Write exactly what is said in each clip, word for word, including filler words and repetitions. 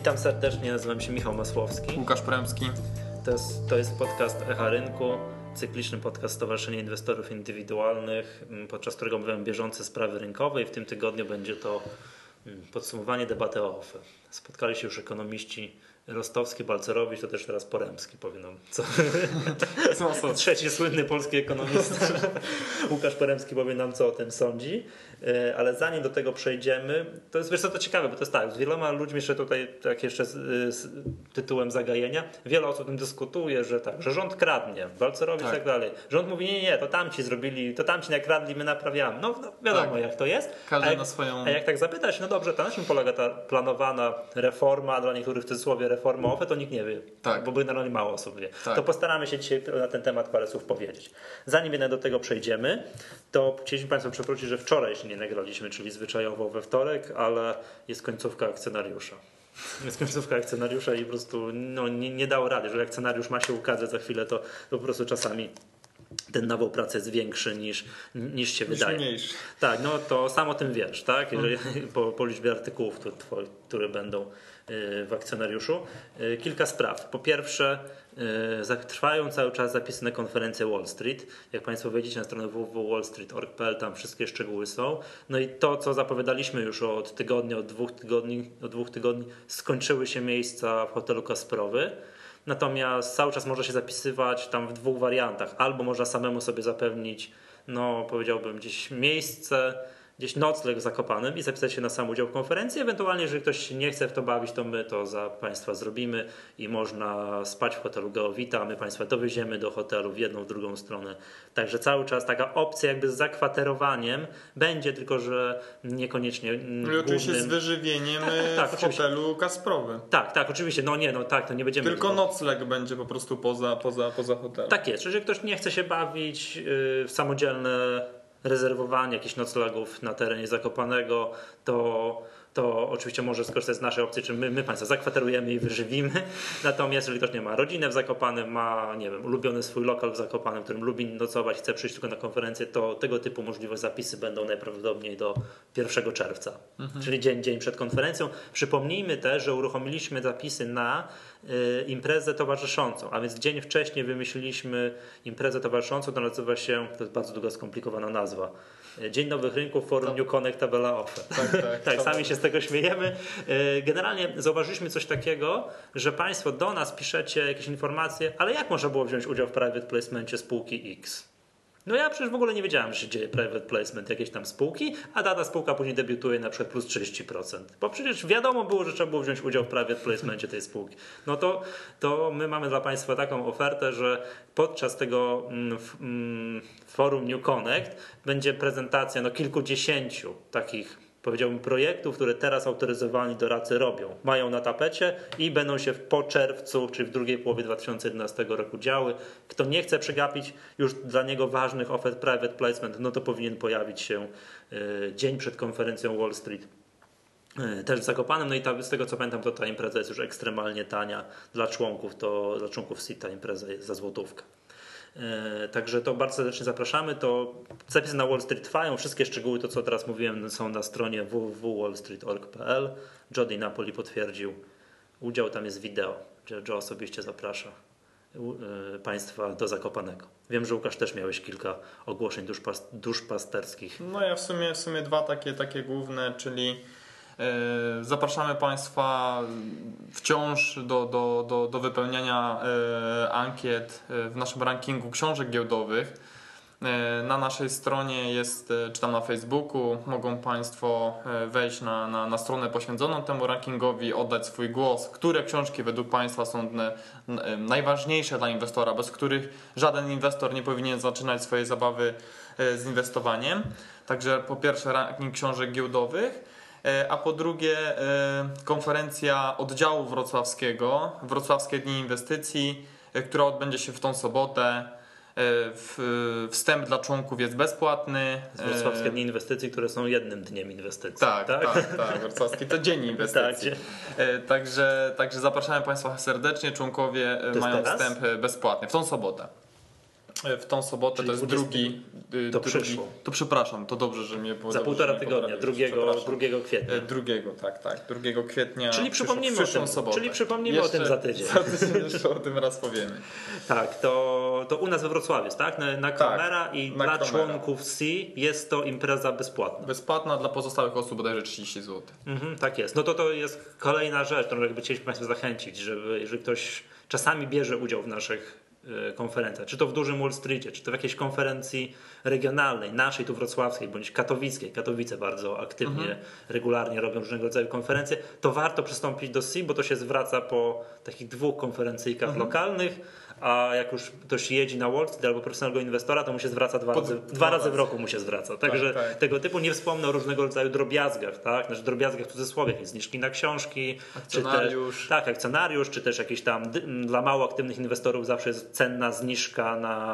Witam serdecznie, nazywam się Michał Masłowski. Łukasz Poremski. To jest, to jest podcast Echa Rynku, cykliczny podcast Stowarzyszenia Inwestorów Indywidualnych, podczas którego omawiamy bieżące sprawy rynkowe i w tym tygodniu będzie to podsumowanie debaty o O F E. Spotkali się już ekonomiści Rostowski, Balcerowicz, to też teraz Poremski powiem nam. Co? Trzeci słynny polski ekonomista Łukasz Poremski powie nam, co o tym sądzi. Ale zanim do tego przejdziemy, to jest, wiesz co, to ciekawe, bo to jest tak, z wieloma ludźmi jeszcze tutaj, tak jeszcze z, z tytułem zagajenia, wiele osób o tym dyskutuje, że tak, że rząd kradnie, Balcerowicz i tak. tak dalej. Rząd mówi, nie, nie, to tamci zrobili, to tamci nakradli, my naprawiamy. No, no wiadomo tak. jak to jest. Każdy a jak, na swoją... a jak tak zapytać, no dobrze, to na czym polega ta planowana reforma, a dla niektórych w cudzysłowie reforma O F E, to nikt nie wie, tak. bo generalnie mało osób wie. Tak. To postaramy się dzisiaj na ten temat parę słów powiedzieć. Zanim jednak do tego przejdziemy, to chcieliśmy Państwu przeprosić, że wczoraj się nie nagraliśmy, czyli zwyczajowo we wtorek, ale jest końcówka akcjonariusza. Jest końcówka akcjonariusza i po prostu no, nie, nie dało rady, że akcjonariusz ma się ukazać za chwilę, to, to po prostu czasami ten nawał pracy jest większy niż, niż się niż wydaje. Mniejszy. Tak, no to sam o tym wiesz, tak? Jeżeli, po, po liczbie artykułów, które, które będą w akcjonariuszu. Kilka spraw. Po pierwsze, trwają cały czas zapisy na konferencję Wall Street. Jak Państwo wejdziecie na stronę w w w kropka wall street kropka org kropka p l, tam wszystkie szczegóły są. No i to, co zapowiadaliśmy już od tygodnia, od dwóch tygodni, od dwóch tygodni skończyły się miejsca w hotelu Kasprowy. Natomiast cały czas można się zapisywać tam w dwóch wariantach. Albo można samemu sobie zapewnić, no powiedziałbym gdzieś miejsce, gdzieś nocleg w Zakopanem i zapisać się na sam udział w konferencji. Ewentualnie, jeżeli ktoś się nie chce w to bawić, to my to za Państwa zrobimy i można spać w hotelu Geowita, a my Państwa dowieziemy do hotelu w jedną, w drugą stronę. Także cały czas taka opcja jakby z zakwaterowaniem będzie, tylko że niekoniecznie głównym... I oczywiście z wyżywieniem tak, tak, tak, w oczywiście. hotelu Kasprowy. Tak, tak, oczywiście. No nie, no tak, to nie będziemy... Tylko nocleg będzie po prostu poza, poza, poza hotelem. Tak jest. Jeżeli ktoś nie chce się bawić yy, w samodzielne rezerwowanie jakichś noclegów na terenie Zakopanego, to, to oczywiście może skorzystać z naszej opcji, czy my, my Państwa zakwaterujemy i wyżywimy. Natomiast jeżeli ktoś nie ma rodzinę w Zakopanem, ma nie wiem, ulubiony swój lokal w Zakopanem, w którym lubi nocować, chce przyjść tylko na konferencję, to tego typu możliwe zapisy będą najprawdopodobniej do pierwszego czerwca, mhm. czyli dzień, dzień przed konferencją. Przypomnijmy też, że uruchomiliśmy zapisy na y, imprezę towarzyszącą, a więc dzień wcześniej wymyśliliśmy imprezę towarzyszącą, to nazywa się, to jest bardzo długa, skomplikowana nazwa, Dzień Nowych Rynków, Forum New Connect, tabela O F E. Tak, tak, tak sami się z tego śmiejemy. Generalnie zauważyliśmy coś takiego, że Państwo do nas piszecie jakieś informacje, ale jak można było wziąć udział w private placemencie spółki X? No ja przecież w ogóle nie wiedziałem, że się dzieje private placement jakieś tam spółki, a dana spółka później debiutuje na przykład plus trzydzieści procent. Bo przecież wiadomo było, że trzeba było wziąć udział w private placemencie tej spółki. No to, to my mamy dla Państwa taką ofertę, że podczas tego mm, mm, forum New Connect będzie prezentacja no, kilkudziesięciu takich, powiedziałbym, projektów, które teraz autoryzowani doradcy robią. Mają na tapecie i będą się po czerwcu, czyli w drugiej połowie dwa tysiące jedenastego roku działy. Kto nie chce przegapić już dla niego ważnych ofert private placement, no to powinien pojawić się y, dzień przed konferencją Wall Street. Y, też w Zakopanem, no i ta, z tego co pamiętam, to ta impreza jest już ekstremalnie tania dla członków, to dla członków S I T ta impreza jest za złotówkę. Także to bardzo serdecznie zapraszamy. To zapisy na Wall Street trwają. Wszystkie szczegóły, to co teraz mówiłem, są na stronie w w w kropka wall street kropka org kropka p l. Jody Napoli potwierdził udział, tam jest wideo, gdzie Joe osobiście zaprasza Państwa do Zakopanego. Wiem, że Łukasz też miałeś kilka ogłoszeń duszpas- duszpasterskich. No ja w sumie, w sumie dwa takie, takie główne, czyli zapraszamy Państwa wciąż do, do, do, do wypełniania ankiet w naszym rankingu książek giełdowych. Na naszej stronie jest, czy tam na Facebooku, mogą Państwo wejść na, na, na stronę poświęconą temu rankingowi, oddać swój głos, które książki według Państwa są najważniejsze dla inwestora, bez których żaden inwestor nie powinien zaczynać swojej zabawy z inwestowaniem. Także po pierwsze ranking książek giełdowych, a po drugie konferencja oddziału wrocławskiego, Wrocławskie Dni Inwestycji, która odbędzie się w tą sobotę. Wstęp dla członków jest bezpłatny. Wrocławskie Dni Inwestycji, które są jednym dniem inwestycji. Tak, tak, tak. tak. Wrocławskie to dzień inwestycji. Tak. Także, także zapraszamy Państwa serdecznie. Członkowie mają teraz? wstęp bezpłatny w tą sobotę. w tą sobotę, Czyli to jest dwudziestego drugi, to drugi przyszło. to przepraszam, to dobrze, że mnie było Za dobrze, półtora że mnie tygodnia, drugiego, drugiego kwietnia. Drugiego, tak, tak, drugiego kwietnia. Czyli przypomnijmy, o tym, sobotę. czyli przypomnijmy jeszcze, o tym za tydzień. Za tydzień jeszcze o tym raz powiemy. Tak, to, to u nas we Wrocławiu jest, tak? Na, na Kromera tak, i na dla Kromera. członków C jest to impreza bezpłatna. Bezpłatna, dla pozostałych osób bodajże trzydzieści złotych. Mhm, tak jest. No to to jest kolejna rzecz, którą jakby chcieliśmy Państwa zachęcić, żeby jeżeli ktoś czasami bierze udział w naszych konferencjach, czy to w dużym Wall Streetie, czy to w jakiejś konferencji regionalnej, naszej tu wrocławskiej, bądź katowickiej, Katowice bardzo aktywnie, mhm. regularnie robią różnego rodzaju konferencje, to warto przystąpić do C, bo to się zwraca po takich dwóch konferencyjkach mhm. lokalnych, a jak już ktoś jedzie na Wall Street albo profesjonalnego inwestora, to mu się zwraca dwa, razy, dwa, dwa razy w roku mu się zwraca. Także tak, tak. tego typu nie wspomnę o różnego rodzaju drobiazgach, tak? Znaczy drobiazgach w cudzysłowie, jakieś zniżki na książki, akcjonariusz. Czy też, tak, akcjonariusz, czy też jakieś tam dla mało aktywnych inwestorów zawsze jest cenna zniżka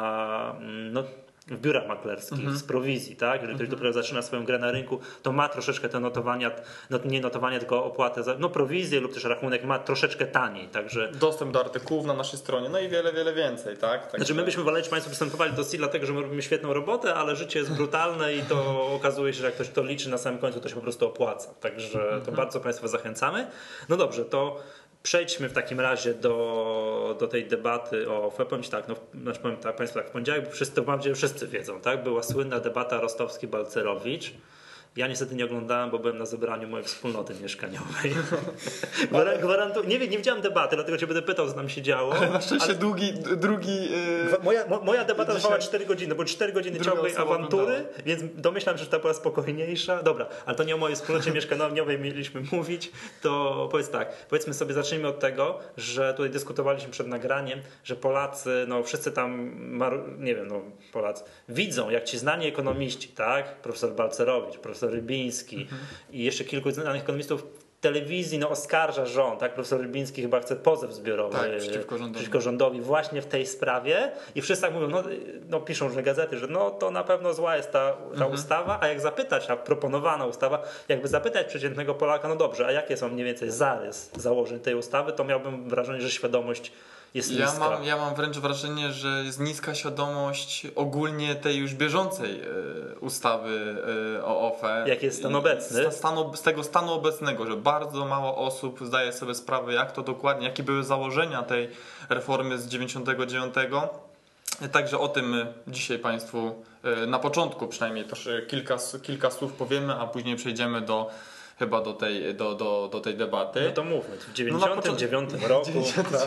na no, w biurach maklerskich mhm. z prowizji, tak? Jeżeli ktoś mhm. dopiero zaczyna swoją grę na rynku, to ma troszeczkę te notowania, no, nie notowania, tylko opłatę za no, prowizję lub też rachunek ma troszeczkę taniej, także... Dostęp do artykułów na naszej stronie, no i wiele, wiele więcej, tak? Także... Znaczy my byśmy woleli, że Państwo przystępowali do C dlatego, że my robimy świetną robotę, ale życie jest brutalne i to okazuje się, że jak ktoś to liczy na samym końcu, to się po prostu opłaca, także to mhm. bardzo Państwa zachęcamy. No dobrze, to przejdźmy w takim razie do, do tej debaty o F E P. Tak, no, znaczy powiem tak, Państwo tak w poniedziałek, bo wszyscy, mam nadzieję, że wszyscy wiedzą, tak? Była słynna debata Rostowski-Balcerowicz. Ja niestety nie oglądałem, bo byłem na zebraniu mojej wspólnoty mieszkaniowej. Gwarantu... nie, nie widziałem debaty, dlatego cię będę pytał, co tam się działo. Ale na szczęście ale... długi, drugi... Yy... Moja, moja debata dzisiaj... trwała cztery godziny, bo cztery godziny ciągłej awantury, oglądała. Więc domyślam się, że ta była spokojniejsza. Dobra, ale to nie o mojej wspólnocie mieszkaniowej mieliśmy mówić, to powiedz tak, powiedzmy sobie, zacznijmy od tego, że tutaj dyskutowaliśmy przed nagraniem, że Polacy, no wszyscy tam, nie wiem, no Polacy, widzą, jak ci znani ekonomiści, tak, profesor Balcerowicz, profesor Rybiński mhm. i jeszcze kilku znanych ekonomistów w telewizji no, oskarża rząd, tak? Profesor Rybiński chyba chce pozew zbiorowy tak, przeciwko, rządowi. przeciwko rządowi właśnie w tej sprawie i wszyscy tak mówią, no, no piszą różne gazety, że no to na pewno zła jest ta, ta mhm. ustawa, a jak zapytać, a proponowana ustawa, jakby zapytać przeciętnego Polaka, no dobrze, a jakie są mniej więcej zarys założeń tej ustawy, to miałbym wrażenie, że świadomość jest ja niska. Mam, ja mam wręcz wrażenie, że jest niska świadomość ogólnie tej już bieżącej y, ustawy y, o O F E. Jaki jest stan obecny? Z, stanu, z tego stanu obecnego, że bardzo mało osób zdaje sobie sprawę, jak to dokładnie, jakie były założenia tej reformy z dziewięćdziesiątego dziewiątego. Także o tym dzisiaj Państwu y, na początku przynajmniej też kilka, kilka słów powiemy, a później przejdziemy do chyba do tej, do, do, do tej debaty. No to mówmy, w dziewięćdziesiątym dziewiątym no roku.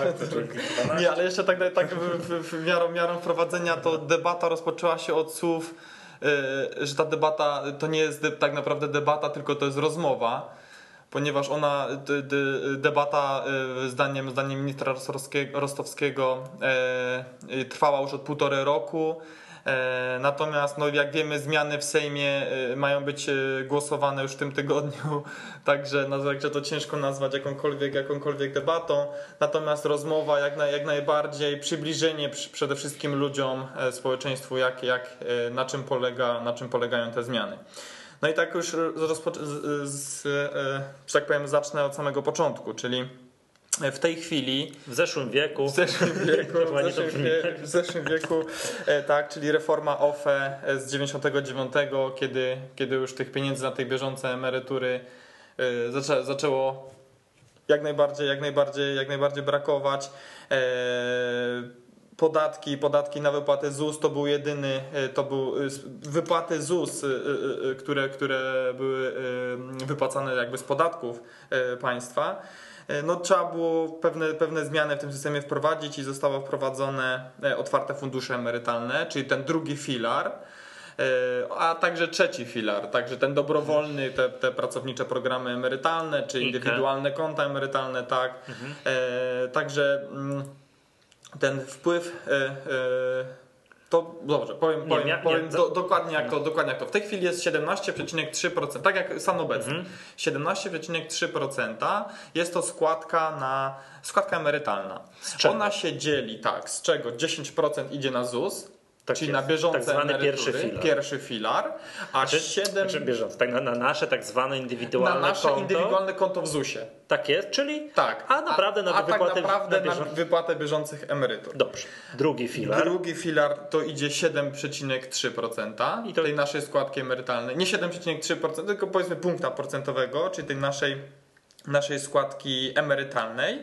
Tak, nie, ale jeszcze tak, tak w, w, w miarą, miarą wprowadzenia to debata rozpoczęła się od słów, yy, że ta debata to nie jest de, tak naprawdę debata, tylko to jest rozmowa, ponieważ ona, de, de, debata yy, zdaniem, zdaniem ministra Rostowskiego yy, trwała już od półtorej roku. Natomiast no, jak wiemy, zmiany w Sejmie mają być głosowane już w tym tygodniu, także, także to ciężko nazwać jakąkolwiek, jakąkolwiek debatą. Natomiast rozmowa jak, na, jak najbardziej, przybliżenie przede wszystkim ludziom, społeczeństwu, jak, jak, na, czym polega, na czym polegają te zmiany. No i tak już rozpoc- z, z, że tak powiem, zacznę od samego początku, czyli w tej chwili, w zeszłym wieku, w zeszłym wieku, w zeszłym wieku, w zeszłym wieku tak, czyli reforma O F E z dziewięćdziesiątego dziewiątego, kiedy, kiedy już tych pieniędzy na tej bieżące emerytury zaczę, zaczęło jak najbardziej, jak najbardziej, jak najbardziej brakować. Podatki, podatki na wypłatę Z U S to był jedyny, to był wypłaty Z U S, które, które były wypłacane jakby z podatków państwa. No, trzeba było pewne, pewne zmiany w tym systemie wprowadzić i zostało wprowadzone otwarte fundusze emerytalne, czyli ten drugi filar, a także trzeci filar, także ten dobrowolny, te, te pracownicze programy emerytalne, czy indywidualne konta emerytalne, tak. Mhm. E, także ten wpływ e, e, to dobrze, powiem, nie, powiem, nie, powiem nie, do, dokładnie, jak to, dokładnie jak to. W tej chwili jest siedemnaście przecinek trzy procent, tak jak stan obecny. Mhm. siedemnaście przecinek trzy procent jest to składka na składka emerytalna. Ona się dzieli tak, z czego dziesięć procent idzie na Z U S, Tak czyli jest. na bieżące tak zwany emerytury, pierwszy filar. pierwszy filar, a Znaczy, siedem znaczy bieżące, tak, na, na nasze tak zwane indywidualne na nasze konto. indywidualne konto w zusie. Tak jest, czyli Tak. a naprawdę na a, a wypłatę tak naprawdę na na, bieżące. wypłatę bieżących emerytur. Dobrze. Drugi filar. Drugi filar to idzie siedem przecinek trzy procent I to- tej naszej składki emerytalnej. Nie siedem przecinek trzy procent, tylko powiedzmy punkta procentowego, czyli tej naszej, naszej składki emerytalnej.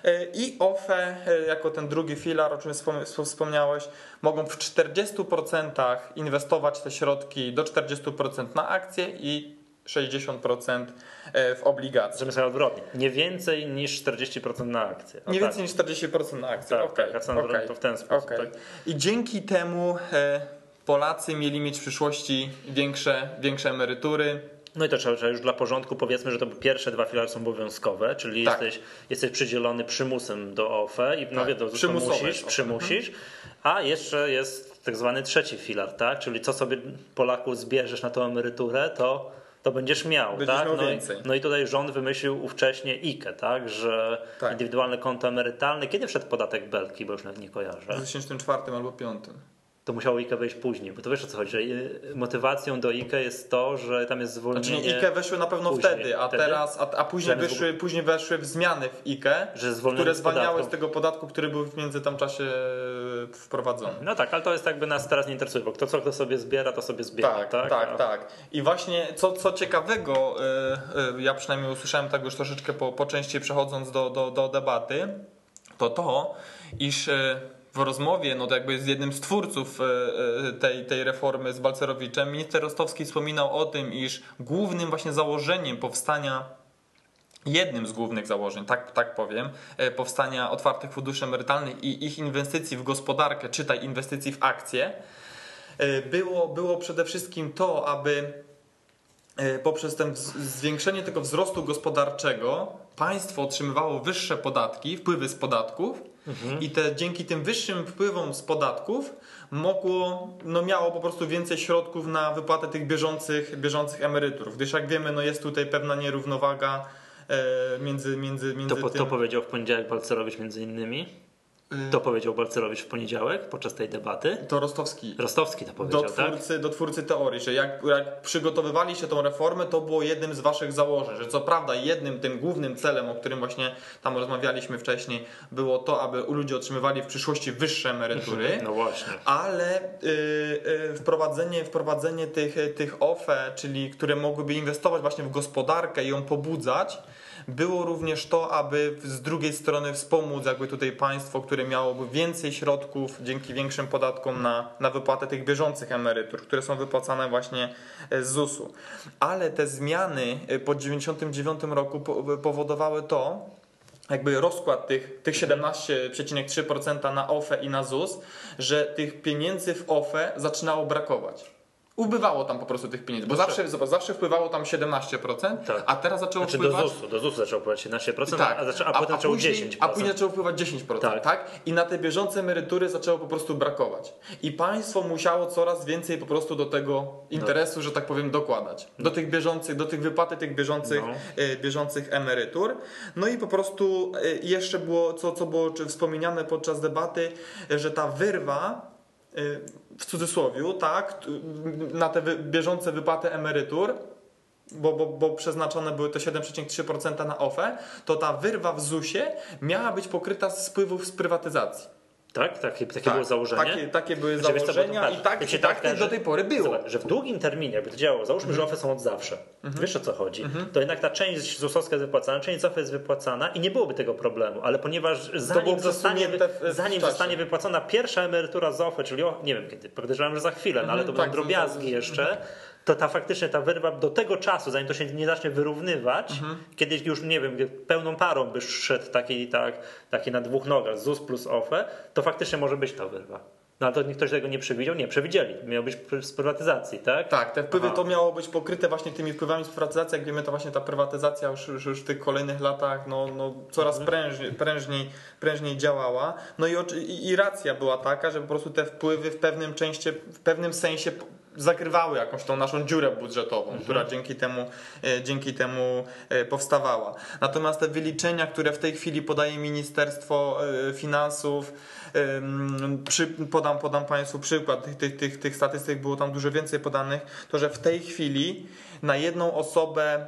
I O F E, jako ten drugi filar, o czym wspom- wspomniałeś, mogą w czterdzieści procent inwestować te środki do czterdzieści procent na akcje i sześćdziesiąt procent w obligacje. Żeby sobie odwrotnie. Nie więcej niż czterdzieści procent na akcje. O Nie tak. więcej niż czterdzieści procent na akcje. Tak, Okej, tak, a co okej, to w ten sposób. okej. Tak? I dzięki temu e, Polacy mieli mieć w przyszłości większe, większe emerytury. No i to trzeba, trzeba już dla porządku powiedzmy, że to pierwsze dwa filary są obowiązkowe, czyli Tak. jesteś, jesteś przydzielony przymusem do O F E i no Tak. wiadomo, Przymusowe musisz, jest O F E. przymusisz, a jeszcze jest tak zwany trzeci filar, tak? Czyli co sobie Polaku zbierzesz na tą emeryturę, to, to będziesz miał. Będziesz tak? miał no, więcej. I, no i tutaj rząd wymyślił ówcześnie I K E, tak? Że Tak. indywidualne konto emerytalne, kiedy wszedł podatek Belki, bo już nawet nie kojarzę. W dwa tysiące czwartym albo dwa tysiące piątym. To musiało I K E wejść później, bo to wiesz o co chodzi, że y, motywacją do I K E jest to, że tam jest zwolnienie. Znaczy nie, I K E weszły na pewno później. wtedy, a Wtedy? teraz, a, a później, Zamiast wyszły, później weszły w zmiany w I K E, Że zwolnione które z zwalniały podatku. z tego podatku, który był w między tam czasie wprowadzony. No tak, ale to jest jakby nas teraz nie interesuje, bo kto co kto sobie zbiera, to sobie zbiera. Tak, Tak, tak, A- tak. I właśnie co, co ciekawego, y, y, ja przynajmniej usłyszałem tak już troszeczkę po, po części przechodząc do, do, do debaty, to to, iż y, w rozmowie, no to jakby z jednym z twórców y, y, tej, tej reformy z Balcerowiczem, minister Rostowski wspominał o tym, iż głównym właśnie założeniem powstania jednym z głównych założeń, tak, tak powiem, e, powstania otwartych funduszy emerytalnych i ich inwestycji w gospodarkę, czytaj inwestycji w akcje, e, było, było przede wszystkim to, aby e, poprzez ten wz- zwiększenie tego wzrostu gospodarczego państwo otrzymywało wyższe podatki, wpływy z podatków i te, dzięki tym wyższym wpływom z podatków mogło, no miało po prostu więcej środków na wypłatę tych bieżących, bieżących emerytur, gdyż jak wiemy, no jest tutaj pewna nierównowaga e, między, między, między To, po, tym... to powiedział w poniedziałek Balcerowicz między innymi. To powiedział Balcerowicz w poniedziałek podczas tej debaty. To Rostowski. Rostowski to powiedział, Do tak? twórcy, do twórcy teorii, że jak, jak przygotowywaliście tą reformę, to było jednym z waszych założeń, że co prawda jednym tym głównym celem, o którym właśnie tam rozmawialiśmy wcześniej, było to, aby ludzie otrzymywali w przyszłości wyższe emerytury, No właśnie. ale y, y, wprowadzenie, wprowadzenie tych, tych O F E, czyli które mogłyby inwestować właśnie w gospodarkę i ją pobudzać, było również to, aby z drugiej strony wspomóc jakby tutaj państwo, które miałoby więcej środków dzięki większym podatkom na, na wypłatę tych bieżących emerytur, które są wypłacane właśnie z zusu. Ale te zmiany po dziewięćdziesiątym dziewiątym roku po- powodowały to, jakby rozkład tych, tych siedemnaście przecinek trzy procent na O F E i na ZUS, że tych pieniędzy w O F E zaczynało brakować. Ubywało tam po prostu tych pieniędzy, bo zawsze, zobacz, zawsze wpływało tam siedemnaście procent, Tak. a teraz zaczęło Znaczy do wpływać... zusu, do zusu zaczął płacić siedemnaście procent, Tak, a, zaczą, a, potem zaczęło później, dziesięć a procent. później zaczęło wpływać dziesięć procent, Tak. tak. I na te bieżące emerytury zaczęło po prostu brakować. I państwo musiało coraz więcej po prostu do tego interesu, że tak powiem, dokładać. Do tych bieżących, do tych wypłaty tych bieżących, No. e, bieżących emerytur. No i po prostu e, jeszcze było, co, co było czy wspomniane podczas debaty, że ta wyrwa w cudzysłowiu, tak, na te wy, bieżące wypłaty emerytur, bo, bo, bo przeznaczone były te siedem przecinek trzy procent na O F E, to ta wyrwa w zusie miała być pokryta z wpływów z prywatyzacji. Tak? Takie, takie Tak, było założenie? Takie, takie były Znaczy, wiesz co, bo to założenia patrz, i tak, jak się i tak, tak ten, do że- tej pory było. Zobacz, że w długim terminie jakby to działało, załóżmy, że O F E są od zawsze, wiesz o co chodzi, to jednak ta część zusowska jest wypłacana, część z O F E jest wypłacana i nie byłoby tego problemu, ale ponieważ zanim, było zostanie, wy, przesunięte w- w zanim czasie. zostanie wypłacona pierwsza emerytura z O F E, czyli o, nie wiem kiedy, podejrzewam, że za chwilę, no ale to Mhm, będą tak, drobiazgi to- jeszcze, to ta faktycznie ta wyrwa do tego czasu, zanim to się nie zacznie wyrównywać, kiedyś już nie wiem, pełną parą by szedł taki, tak, taki na dwóch nogach, ZUS plus O F E, to faktycznie może być ta wyrwa. No ale to ktoś tego nie przewidział? Nie, przewidzieli. Miał być z prywatyzacji, tak? Tak, te wpływy Aha. to miało być pokryte właśnie tymi wpływami z prywatyzacji. Jak wiemy, to właśnie ta prywatyzacja już, już, już w tych kolejnych latach no, no, coraz prężniej, prężniej, prężniej działała. No i, oczy- i, i racja była taka, że po prostu te wpływy w pewnym, części, w pewnym sensie zakrywały jakąś tą naszą dziurę budżetową, mhm. która dzięki temu, dzięki temu powstawała. Natomiast te wyliczenia, które w tej chwili podaje Ministerstwo Finansów, przy, podam, podam Państwu przykład tych, tych, tych, tych statystyk, było tam dużo więcej podanych, to że w tej chwili na jedną osobę,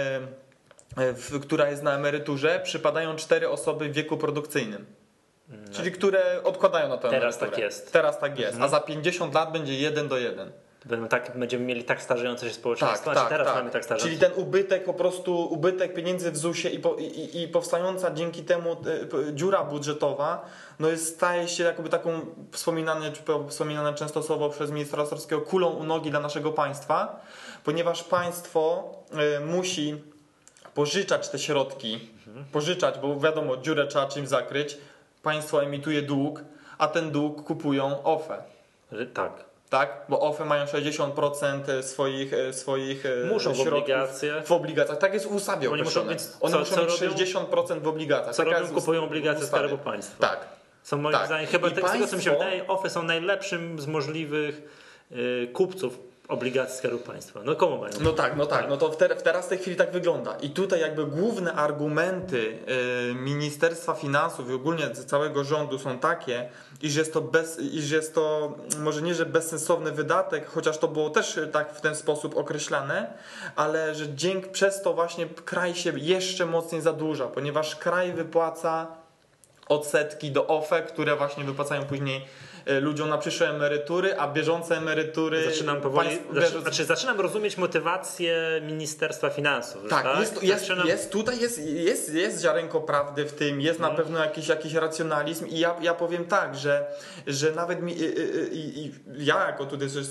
w, która jest na emeryturze, przypadają cztery osoby w wieku produkcyjnym. No. Czyli które odkładają na tę Teraz emeryturę. tak jest. Teraz tak jest, mhm. a za pięćdziesiąt lat będzie jeden do jeden. Będziemy, tak, będziemy mieli tak starzejące się społeczeństwo, tak, a tak, teraz tak. mamy tak starzejące. Czyli ten ubytek, po prostu ubytek pieniędzy w zusie i, po, i, i powstająca dzięki temu y, dziura budżetowa, no jest, staje się jakby taką wspominane, wspominane często słowo przez ministra Ostrowskiego kulą u nogi dla naszego państwa, ponieważ państwo y, musi pożyczać te środki, mhm. pożyczać, bo wiadomo, dziurę trzeba czymś zakryć, państwo emituje dług, a ten dług kupują O F E. Tak. Tak? Bo O F E mają sześćdziesiąt procent swoich, swoich muszą środków w obligacje. w obligacjach. Tak jest w ustawie Oni określone. muszą mieć, One co, muszą co mieć robią? sześćdziesiąt procent w obligacjach. Co Taka robią? Kupują obligacje Skarbu Państwa. Tak. Są moim tak. zdaniem, chyba I z państwo... tego co mi się wydaje, O F E są najlepszym z możliwych y, kupców obligacji Skarbu Państwa. No komu mają? No tak, no tak. No to ter- teraz w tej chwili tak wygląda. I tutaj jakby główne argumenty y, Ministerstwa Finansów i ogólnie całego rządu są takie, iż jest to bez, iż jest to może nie, że bezsensowny wydatek, chociaż to było też tak w ten sposób określane, ale że dzięki przez to właśnie kraj się jeszcze mocniej zadłuża, ponieważ kraj wypłaca odsetki do O F E, które właśnie wypłacają później ludziom na przyszłe emerytury, a bieżące emerytury... Zaczynam powoli, państw, zaczy, znaczy zaczynam rozumieć motywację Ministerstwa Finansów. Tak, tak? Jest, jest, Zaczynam... jest, tutaj jest, jest, jest ziarenko prawdy w tym, jest no. na pewno jakiś, jakiś racjonalizm i ja, ja powiem tak, że, że nawet mi, i, i, i ja jako tutaj yy,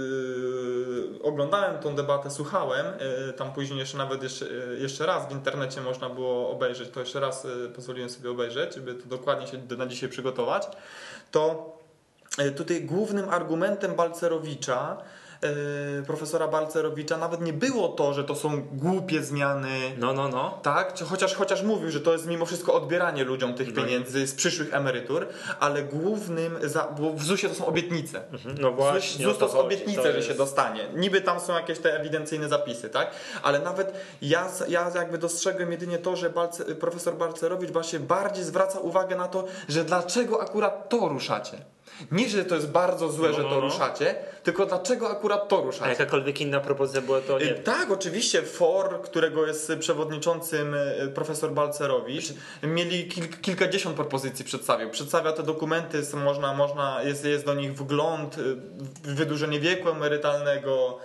oglądałem tą debatę, słuchałem, yy, tam później jeszcze nawet jeszcze, jeszcze raz w internecie można było obejrzeć, to jeszcze raz yy, pozwoliłem sobie obejrzeć, żeby to dokładnie się na dzisiaj przygotować, to tutaj głównym argumentem Balcerowicza, yy, profesora Balcerowicza nawet nie było to, że to są głupie zmiany. No, no, no. Tak? Chociaż, chociaż mówił, że to jest mimo wszystko odbieranie ludziom tych no pieniędzy i... z przyszłych emerytur, ale głównym, za, bo w zusie to są obietnice. No właśnie. ZUS to są obietnice, to że jest... się dostanie. Niby tam są jakieś te ewidencyjne zapisy, tak? Ale nawet ja, ja jakby dostrzegłem jedynie to, że Balce, profesor Balcerowicz właśnie bardziej zwraca uwagę na to, że dlaczego akurat to ruszacie. Nie, że to jest bardzo złe, no, że to no. ruszacie, tylko dlaczego akurat to ruszacie. A jakakolwiek inna propozycja była, to nie. Tak, oczywiście F O R, którego jest przewodniczącym profesor Balcerowicz, mieli kil, kilkadziesiąt propozycji przedstawił. Przedstawia te dokumenty, można, można, jest, jest do nich wgląd, wydłużenie wieku emerytalnego,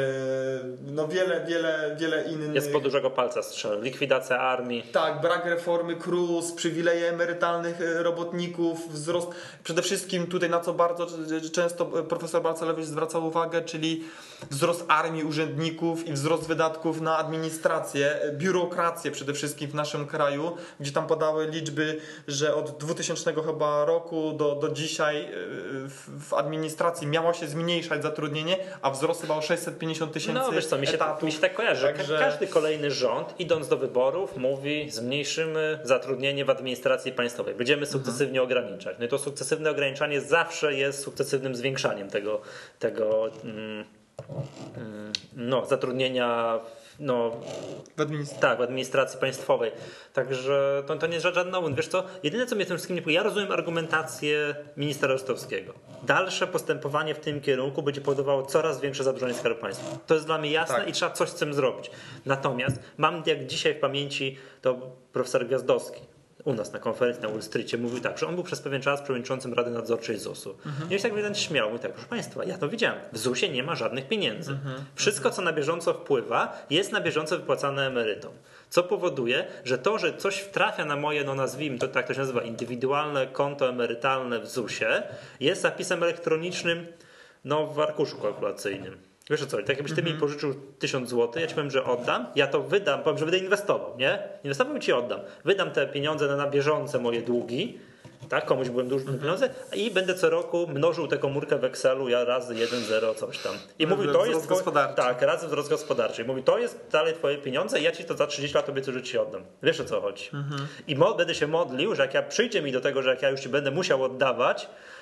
no wiele, wiele, wiele innych. Jest po dużego palca strzelał. Likwidacja armii. Tak, brak reformy K R U S, przywileje emerytalnych robotników, wzrost, przede wszystkim tutaj na co bardzo często profesor Balcerowicz zwracał uwagę, czyli wzrost armii urzędników i wzrost wydatków na administrację, biurokrację przede wszystkim w naszym kraju, gdzie tam podały liczby, że od dwutysięcznego chyba roku do, do dzisiaj w, w administracji miało się zmniejszać zatrudnienie, a wzrost chyba o sześćset pięćdziesiąt tysięcy No wiesz co, mi się, etatów. mi się tak kojarzy, że Także... każdy kolejny rząd idąc do wyborów mówi zmniejszymy zatrudnienie w administracji państwowej, będziemy sukcesywnie mhm. ograniczać. No i to sukcesywne ograniczanie zawsze jest sukcesywnym zwiększaniem tego, tego mm, mm, no, zatrudnienia no, w administracji. Tak, w administracji państwowej. Także to, to nie jest żaden nowum. Wiesz co, jedyne co mnie tym wszystkim niepokoi, ja rozumiem argumentację ministra Rostowskiego. Dalsze postępowanie w tym kierunku będzie powodowało coraz większe zadłużenie Skarbu Państwa. To jest dla mnie jasne tak. i trzeba coś z tym zrobić. Natomiast mam jak dzisiaj w pamięci to profesor Gwiazdowski u nas na konferencji na Wall Streetie mówił tak, że on był przez pewien czas przewodniczącym Rady Nadzorczej ZUS-u. Mhm. I on się tak jeden śmiał. Mówi tak, proszę Państwa, ja to widziałem. W zusie nie ma żadnych pieniędzy. Mhm. Wszystko, co na bieżąco wpływa, jest na bieżąco wypłacane emerytom. Co powoduje, że to, że coś trafia na moje, no nazwijmy to tak to się nazywa, indywidualne konto emerytalne w zusie, jest zapisem elektronicznym no, w arkuszu kalkulacyjnym. Wiesz o co, tak jakbyś ty mm-hmm. mi pożyczył tysiąc złotych, ja ci powiem, że oddam, ja to wydam, powiem, że będę inwestował, nie? Inwestował i ci oddam. Wydam te pieniądze na, na bieżące moje długi, tak, komuś byłem dłużny mm-hmm. pieniądze i będę co roku mnożył tę komórkę w Excelu, ja razy jeden, zero, coś tam. I no, mówi, to jest wzrost gospodarczy. Tak, razy wzrost gospodarczy. I mówi, to jest dalej twoje pieniądze i ja ci to za trzydzieści lat obiecuję, że ci oddam. Wiesz o co chodzi. Mm-hmm. I mo- będę się modlił, że jak ja przyjdzie mi do tego, że jak ja już ci będę musiał oddawać,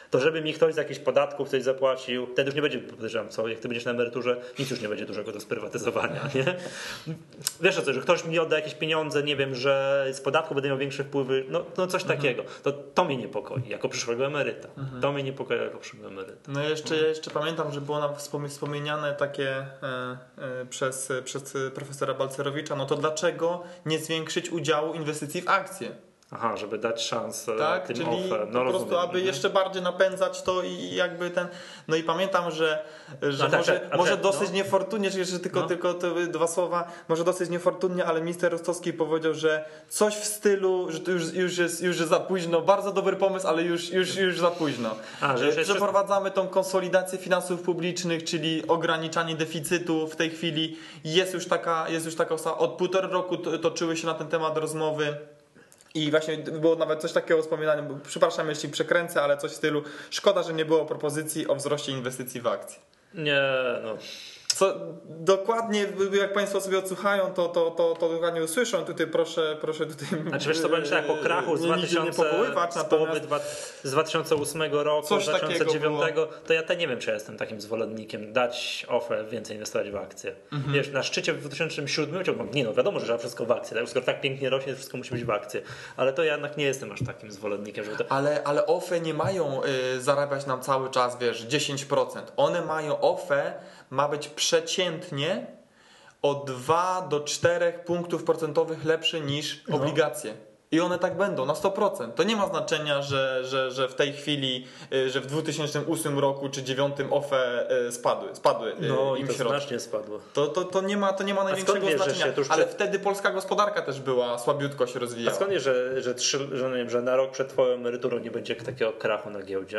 to żeby mi ktoś z jakichś podatków coś zapłacił, wtedy już nie będzie, podejrzewam, co, jak ty będziesz na emeryturze, nic już nie będzie dużego do sprywatyzowania, nie? Wiesz o co, że ktoś mi odda jakieś pieniądze, nie wiem, że z podatku będę miał większe wpływy, no, no coś mhm. takiego. To, to mnie niepokoi, jako przyszłego emeryta. Mhm. To mnie niepokoi jako przyszłego emeryta. No jeszcze, mhm. jeszcze pamiętam, że było nam wspomniane takie e, e, przez, przez profesora Balcerowicza, no to dlaczego nie zwiększyć udziału inwestycji w akcje? Aha, żeby dać szansę tak, tym czyli offer. No, po prostu, rozumiem. aby mhm. jeszcze bardziej napędzać to i jakby ten... No i pamiętam, że, że no tak, może, tak, może dosyć no. niefortunnie, że jeszcze tylko, no. tylko te dwa słowa, może dosyć niefortunnie, ale minister Rostowski powiedział, że coś w stylu, że to już, już, jest, już jest za późno, bardzo dobry pomysł, ale już, już, już za późno. A, że już Przeprowadzamy tą konsolidację finansów publicznych, czyli ograniczanie deficytu w tej chwili. Jest już taka, jest już taka od półtora roku toczyły się na ten temat rozmowy. I właśnie było nawet coś takiego wspominane, przepraszam jeśli przekręcę, ale coś w stylu szkoda, że nie było propozycji o wzroście inwestycji w akcje. Nie, no. Co dokładnie, jak Państwo sobie odsłuchają, to, to, to, to dokładnie usłyszą. Tutaj proszę, proszę tutaj. Znaczy wiesz co, powiem tak, po krachu z, nie, dwutysięcznego, nie powoływać, z połowy dwa, z dwa tysiące ósmego roku, coś dwa tysiące dziewiątego, to ja te nie wiem, czy ja jestem takim zwolennikiem dać ofę więcej inwestować w akcje. Mhm. Wiesz, na szczycie w dwa tysiące siódmym, nie no wiadomo, że trzeba wszystko w akcje, tak? Skoro tak pięknie rośnie, to wszystko musi być w akcje. Ale to ja jednak nie jestem aż takim zwolennikiem, żeby to... Ale, ale ofy nie mają y, zarabiać nam cały czas, wiesz, dziesięć procent. One mają ofę, ma być przeciętnie o dwa do czterech punktów procentowych lepsze niż no. obligacje. I one tak będą na sto procent. To nie ma znaczenia, że, że, że w tej chwili, że w dwa tysiące ósmym roku czy dwa tysiące dziewiątym OFE spadły. spadły no im i to środki. znacznie spadło. To, to, to, nie ma, to nie ma największego wiesz, znaczenia. Tuż ale przed... wtedy polska gospodarka też była, słabiutko się rozwijała. A skąd wiesz, że, że, trzy, że, nie wiem, że na rok przed twoją emeryturą nie będzie takiego krachu na giełdzie?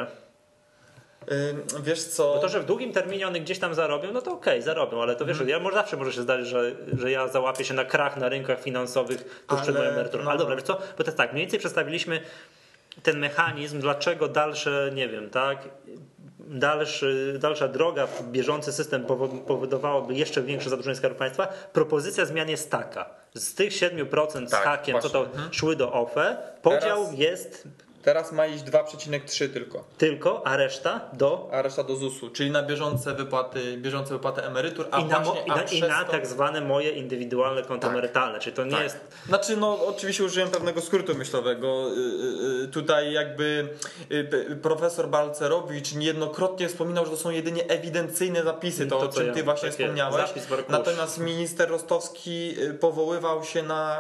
Yy, wiesz co? Bo to, że w długim terminie one gdzieś tam zarobią, no to okej, okay, zarobią, ale to wiesz, mm. ja może zawsze może się zdarzyć, że, że ja załapię się na krach na rynkach finansowych tuż przed moją emeryturą. No. Ale dobra, wiesz co? Bo to jest tak, mniej więcej przedstawiliśmy ten mechanizm, dlaczego dalsze, nie wiem, tak, dalszy, dalsza droga w bieżący system powodowałaby jeszcze większe zadłużenie Skarbu Państwa. Propozycja zmian jest taka. Z tych siedmiu procent tak, z hakiem, właśnie. co to mhm. szły do OFE, podział Teraz... jest... Teraz ma iść dwa przecinek trzy tylko. Tylko, a reszta do? A reszta do zusu, czyli na bieżące wypłaty, bieżące wypłaty emerytur, a I na, właśnie, i na, a i na to... tak zwane moje indywidualne konto tak. emerytalne, czyli to nie tak. jest... Znaczy, no oczywiście użyłem pewnego skrótu myślowego. Tutaj jakby profesor Balcerowicz niejednokrotnie wspominał, że to są jedynie ewidencyjne zapisy, to, to o czym ty ja, właśnie wspomniałeś. Natomiast minister Rostowski powoływał się na,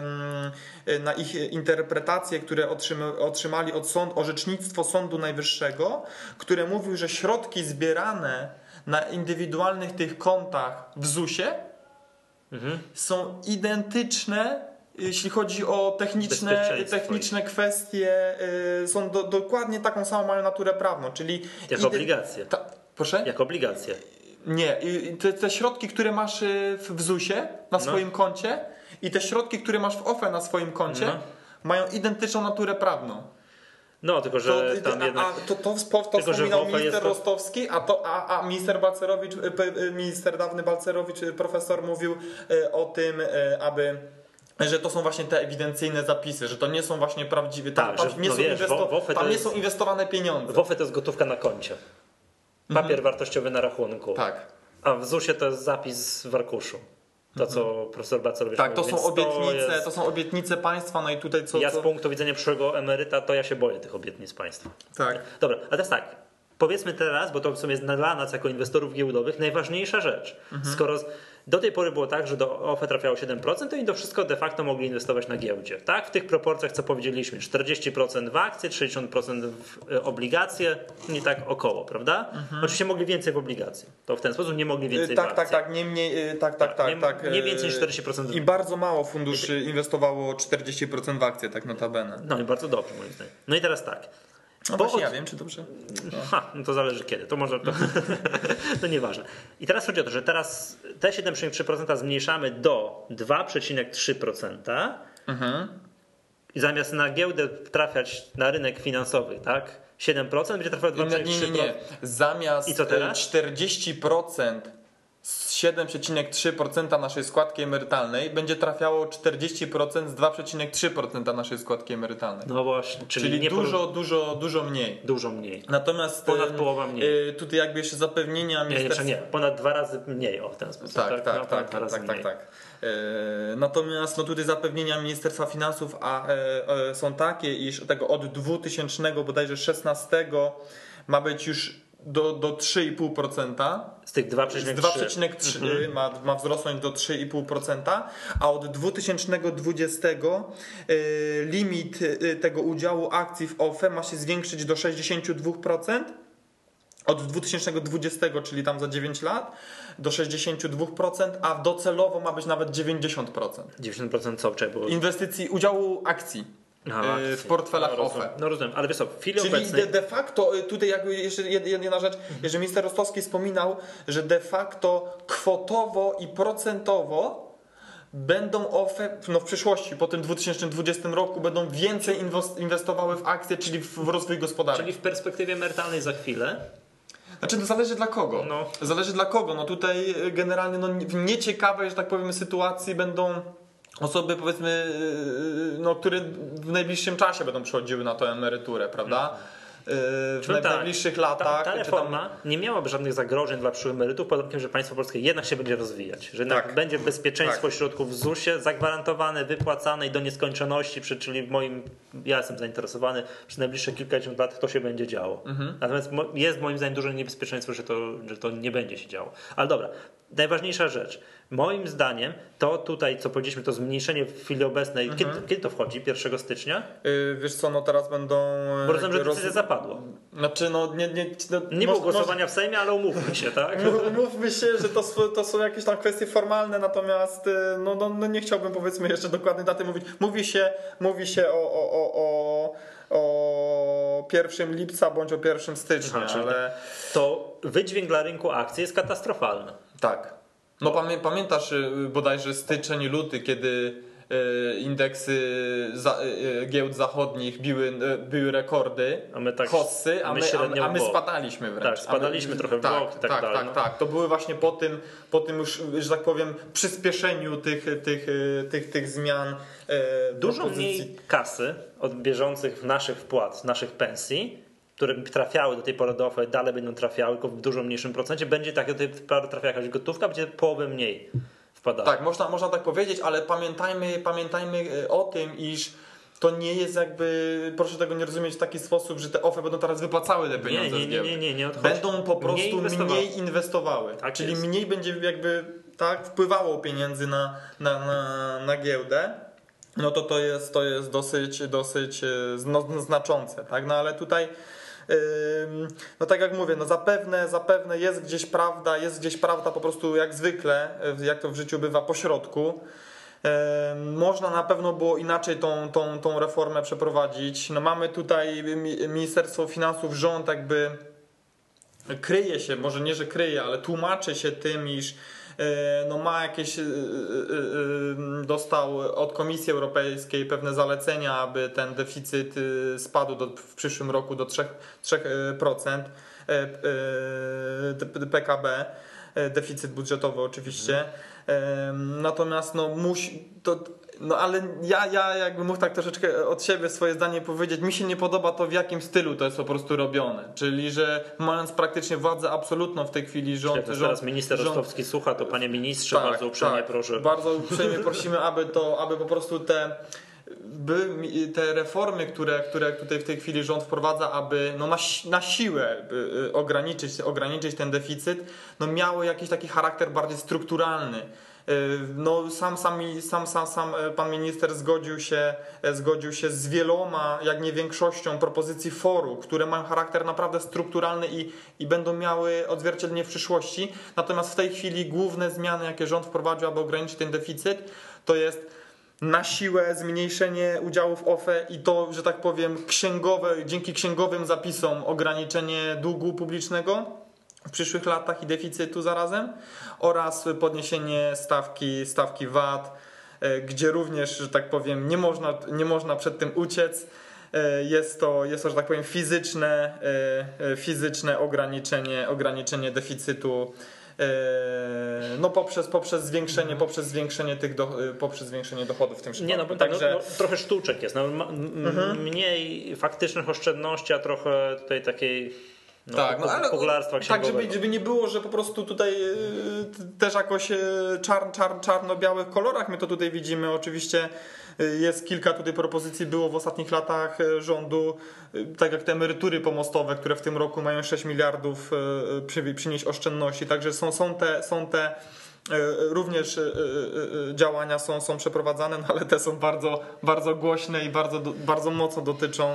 na ich interpretacje, które otrzymali od sąd, orzecznictwo Sądu Najwyższego, które mówił, że środki zbierane na indywidualnych tych kontach w zusie mhm. są identyczne, jeśli chodzi o techniczne, techniczne kwestie, są do, dokładnie taką samą mają naturę prawną, czyli... Jak obligacje. Ta, proszę? Jak obligacje. Nie, te, te środki, które masz w zusie na swoim no. koncie i te środki, które masz w OFE na swoim koncie no. mają identyczną naturę prawną. No, tylko że to, tam jednak... A to, to, to, to tylko, wspominał minister to... Rostowski, a, to, a, a minister Balcerowicz, minister dawny Balcerowicz, profesor mówił o tym, aby... że to są właśnie te ewidencyjne zapisy, że to nie są właśnie prawdziwe... Tam, tak, tam, że, nie, no są wiesz, inwesto... tam nie jest... są inwestowane pieniądze. W OFE to jest gotówka na koncie. Papier mhm. wartościowy na rachunku. Tak. A w zusie to jest zapis w arkuszu. To, co profesor Balcerowicz tak, mówi. to są obietnice, to, jest... to są obietnice państwa, no i tutaj co... Ja co... z punktu widzenia przyszłego emeryta, to ja się boję tych obietnic państwa. Tak. Dobra, a teraz tak, powiedzmy teraz, bo to w sumie jest dla nas jako inwestorów giełdowych najważniejsza rzecz. Mhm. Skoro do tej pory było tak, że do OFE trafiało siedem procent, to oni to wszystko de facto mogli inwestować na giełdzie. Tak, w tych proporcjach, co powiedzieliśmy, czterdzieści procent w akcje, sześćdziesiąt procent w obligacje, nie tak około, prawda? Mhm. Oczywiście mogli więcej w obligacje. To w ten sposób nie mogli więcej tak, w akcje. Tak, tak, nie mniej, tak, tak, tak, nie, tak. Nie więcej niż czterdzieści procent. I bardzo mało funduszy inwestowało czterdzieści procent w akcje, tak notabene. No i bardzo dobrze, moim zdaniem. No i teraz tak. No Bo właśnie od... ja wiem, czy dobrze. No. Ha, no to zależy kiedy. To może to... to nieważne. I teraz chodzi o to, że teraz te siedem przecinek trzy procent zmniejszamy do dwa przecinek trzy procent mhm. i zamiast na giełdę trafiać na rynek finansowy, tak? siedem procent będzie trafiać dwa przecinek trzy procent. Nie, nie, nie. Zamiast I co teraz? czterdzieści procent siedem przecinek trzy procent naszej składki emerytalnej będzie trafiało czterdzieści procent z dwa przecinek trzy procent naszej składki emerytalnej. No właśnie, czyli, czyli nie dużo, por... dużo, dużo mniej. Dużo mniej. Natomiast ponad połowa mniej. Tutaj jakby jeszcze zapewnienia ministerstwa... Nie, nie, ponad dwa razy mniej o w ten sposób. Tak, tak, tak, no, tak, tak, tak, tak, tak. Natomiast no tutaj zapewnienia Ministerstwa Finansów a, e, e, są takie, iż tego od dwutysięcznego bodajże szesnastego ma być już do, do trzy i pół procent. Z tych dwa przecinek trzy mhm. ma, ma wzrosnąć do trzy i pół procent, a od dwutysięcznego dwudziestego y, limit y, tego udziału akcji w O F E ma się zwiększyć do sześćdziesiąt dwa procent. Od dwutysięcznego dwudziestego, czyli tam za dziewięć lat, do sześćdziesiąt dwa procent, a docelowo ma być nawet dziewięćdziesiąt procent. dziewięćdziesiąt procent co? Było... Inwestycji, udziału akcji. Aha, w portfelach no, O F E. No rozumiem, ale wiesz co, w chwili Czyli obecnej... de, de facto, tutaj jakby jeszcze jedna rzecz, jeżeli minister Rostowski wspominał, że de facto kwotowo i procentowo będą O F E no w przyszłości, po tym dwa tysiące dwudziestym roku będą więcej inwestowały w akcje, czyli w rozwój gospodarki. Czyli w perspektywie emerytalnej za chwilę. Znaczy to zależy dla kogo. No. Zależy dla kogo. No tutaj generalnie no, w nieciekawej, że tak powiem, sytuacji będą osoby, powiedzmy, no, które w najbliższym czasie będą przechodziły na tę emeryturę, prawda? W Czyli najbliższych ta, latach. Ta, ta reforma nie miałaby żadnych zagrożeń dla przyszłych emerytów, pod warunkiem, że państwo polskie jednak się będzie rozwijać. Że jednak tak. będzie bezpieczeństwo tak. środków w zusie zagwarantowane, wypłacane i do nieskończoności, przy, czyli w moim, ja jestem zainteresowany, przez najbliższe kilkadziesiąt lat to się będzie działo. Mhm. Natomiast jest moim zdaniem duże niebezpieczeństwo, że to, że to nie będzie się działo. Ale dobra, najważniejsza rzecz. Moim zdaniem to tutaj, co powiedzieliśmy, to zmniejszenie w chwili obecnej, mhm. kiedy, kiedy to wchodzi? pierwszego stycznia? Yy, wiesz co, no teraz będą... Bo rozumiem, że decyzja roz... zapadła. Znaczy no nie... Nie, no, nie było głosowania może... w Sejmie, ale umówmy się, tak? Umówmy się, że to, to są jakieś tam kwestie formalne, natomiast no, no, no nie chciałbym powiedzmy jeszcze dokładnej daty mówić. Mówi się, mówi się o... o, o, o... o pierwszego lipca bądź o pierwszego stycznia, Aha, ale... To wydźwięk dla rynku akcji jest katastrofalny. Tak. No pamię pamiętasz bodajże styczeń, luty, kiedy indeksy za, giełd zachodnich biły, biły rekordy, a my tak, hossy, a my, a my, a my spadaliśmy wręcz. Tak, spadaliśmy my, trochę w tak, bok i tak, tak dalej. Tak, no. tak, to były właśnie po tym, po tym już, że tak powiem, przyspieszeniu tych, tych, tych, tych zmian. Dużo mniej kasy od bieżących naszych wpłat, naszych pensji, które trafiały do tej pory do O F E, dalej będą trafiały, tylko w dużo mniejszym procencie. Będzie tak, do tej pory trafia jakaś gotówka, będzie połowę mniej wpadała. Tak, można, można tak powiedzieć, ale pamiętajmy, pamiętajmy o tym, iż to nie jest jakby, proszę tego nie rozumieć w taki sposób, że te O F E będą teraz wypłacały te pieniądze nie, nie, nie, nie, nie, nie Będą po prostu mniej inwestowały. Mniej inwestowały. Tak Czyli jest. Mniej będzie jakby tak wpływało pieniędzy na, na, na, na giełdę. No to to jest, to jest dosyć, dosyć no, znaczące, tak? No ale tutaj no tak jak mówię, no zapewne, zapewne jest gdzieś prawda, jest gdzieś prawda po prostu jak zwykle, jak to w życiu bywa, po środku. Można na pewno było inaczej tą, tą, tą reformę przeprowadzić. No mamy tutaj Ministerstwo Finansów, rząd jakby kryje się, może nie, że kryje, ale tłumaczy się tym, iż no ma jakieś, dostał od Komisji Europejskiej pewne zalecenia, aby ten deficyt spadł do, w przyszłym roku do trzy procent P K B, deficyt budżetowy oczywiście. Natomiast no musi, to, no ale ja, ja jakbym mógł tak troszeczkę od siebie swoje zdanie powiedzieć, mi się nie podoba to, w jakim stylu to jest po prostu robione. Czyli, że mając praktycznie władzę absolutną w tej chwili rząd... Jak rząd teraz minister rząd, Rostowski słucha, to panie ministrze, tak, bardzo uprzejmie tak, proszę. Bardzo uprzejmie prosimy, aby to, aby po prostu te by te reformy, które, które tutaj w tej chwili rząd wprowadza, aby no na, na siłę ograniczyć, ograniczyć ten deficyt, no miały jakiś taki charakter bardziej strukturalny. No sam, sami, sam, sam, sam pan minister zgodził się, zgodził się z wieloma, jak nie większością propozycji foru, które mają charakter naprawdę strukturalny i, i będą miały odzwierciedlenie w przyszłości. Natomiast w tej chwili główne zmiany, jakie rząd wprowadził, aby ograniczyć ten deficyt, to jest na siłę zmniejszenie udziałów O F E i to, że tak powiem, księgowe, dzięki księgowym zapisom ograniczenie długu publicznego w przyszłych latach i deficytu zarazem oraz podniesienie stawki, stawki V A T, gdzie również, że tak powiem, nie można, nie można przed tym uciec. Jest to, jest to, że tak powiem, fizyczne, fizyczne ograniczenie, ograniczenie deficytu no poprzez, poprzez zwiększenie, poprzez zwiększenie tych do, poprzez zwiększenie dochodów w tym przypadku. Nie, no bo Także... no, no, trochę sztuczek jest. No, m- mhm. Mniej faktycznych oszczędności, a trochę tutaj takiej no, tak, no, ale popularstwa księgowego. Tak, żeby, żeby nie było, że po prostu tutaj yy, też jakoś czarn, czarn, czarno-białych kolorach my to tutaj widzimy. Oczywiście jest kilka tutaj propozycji, było w ostatnich latach rządu, tak jak te emerytury pomostowe, które w tym roku mają sześć miliardów przy, przynieść oszczędności. Także są, są te, są te również działania są, są przeprowadzane, no ale te są bardzo, bardzo głośne i bardzo, bardzo mocno dotyczą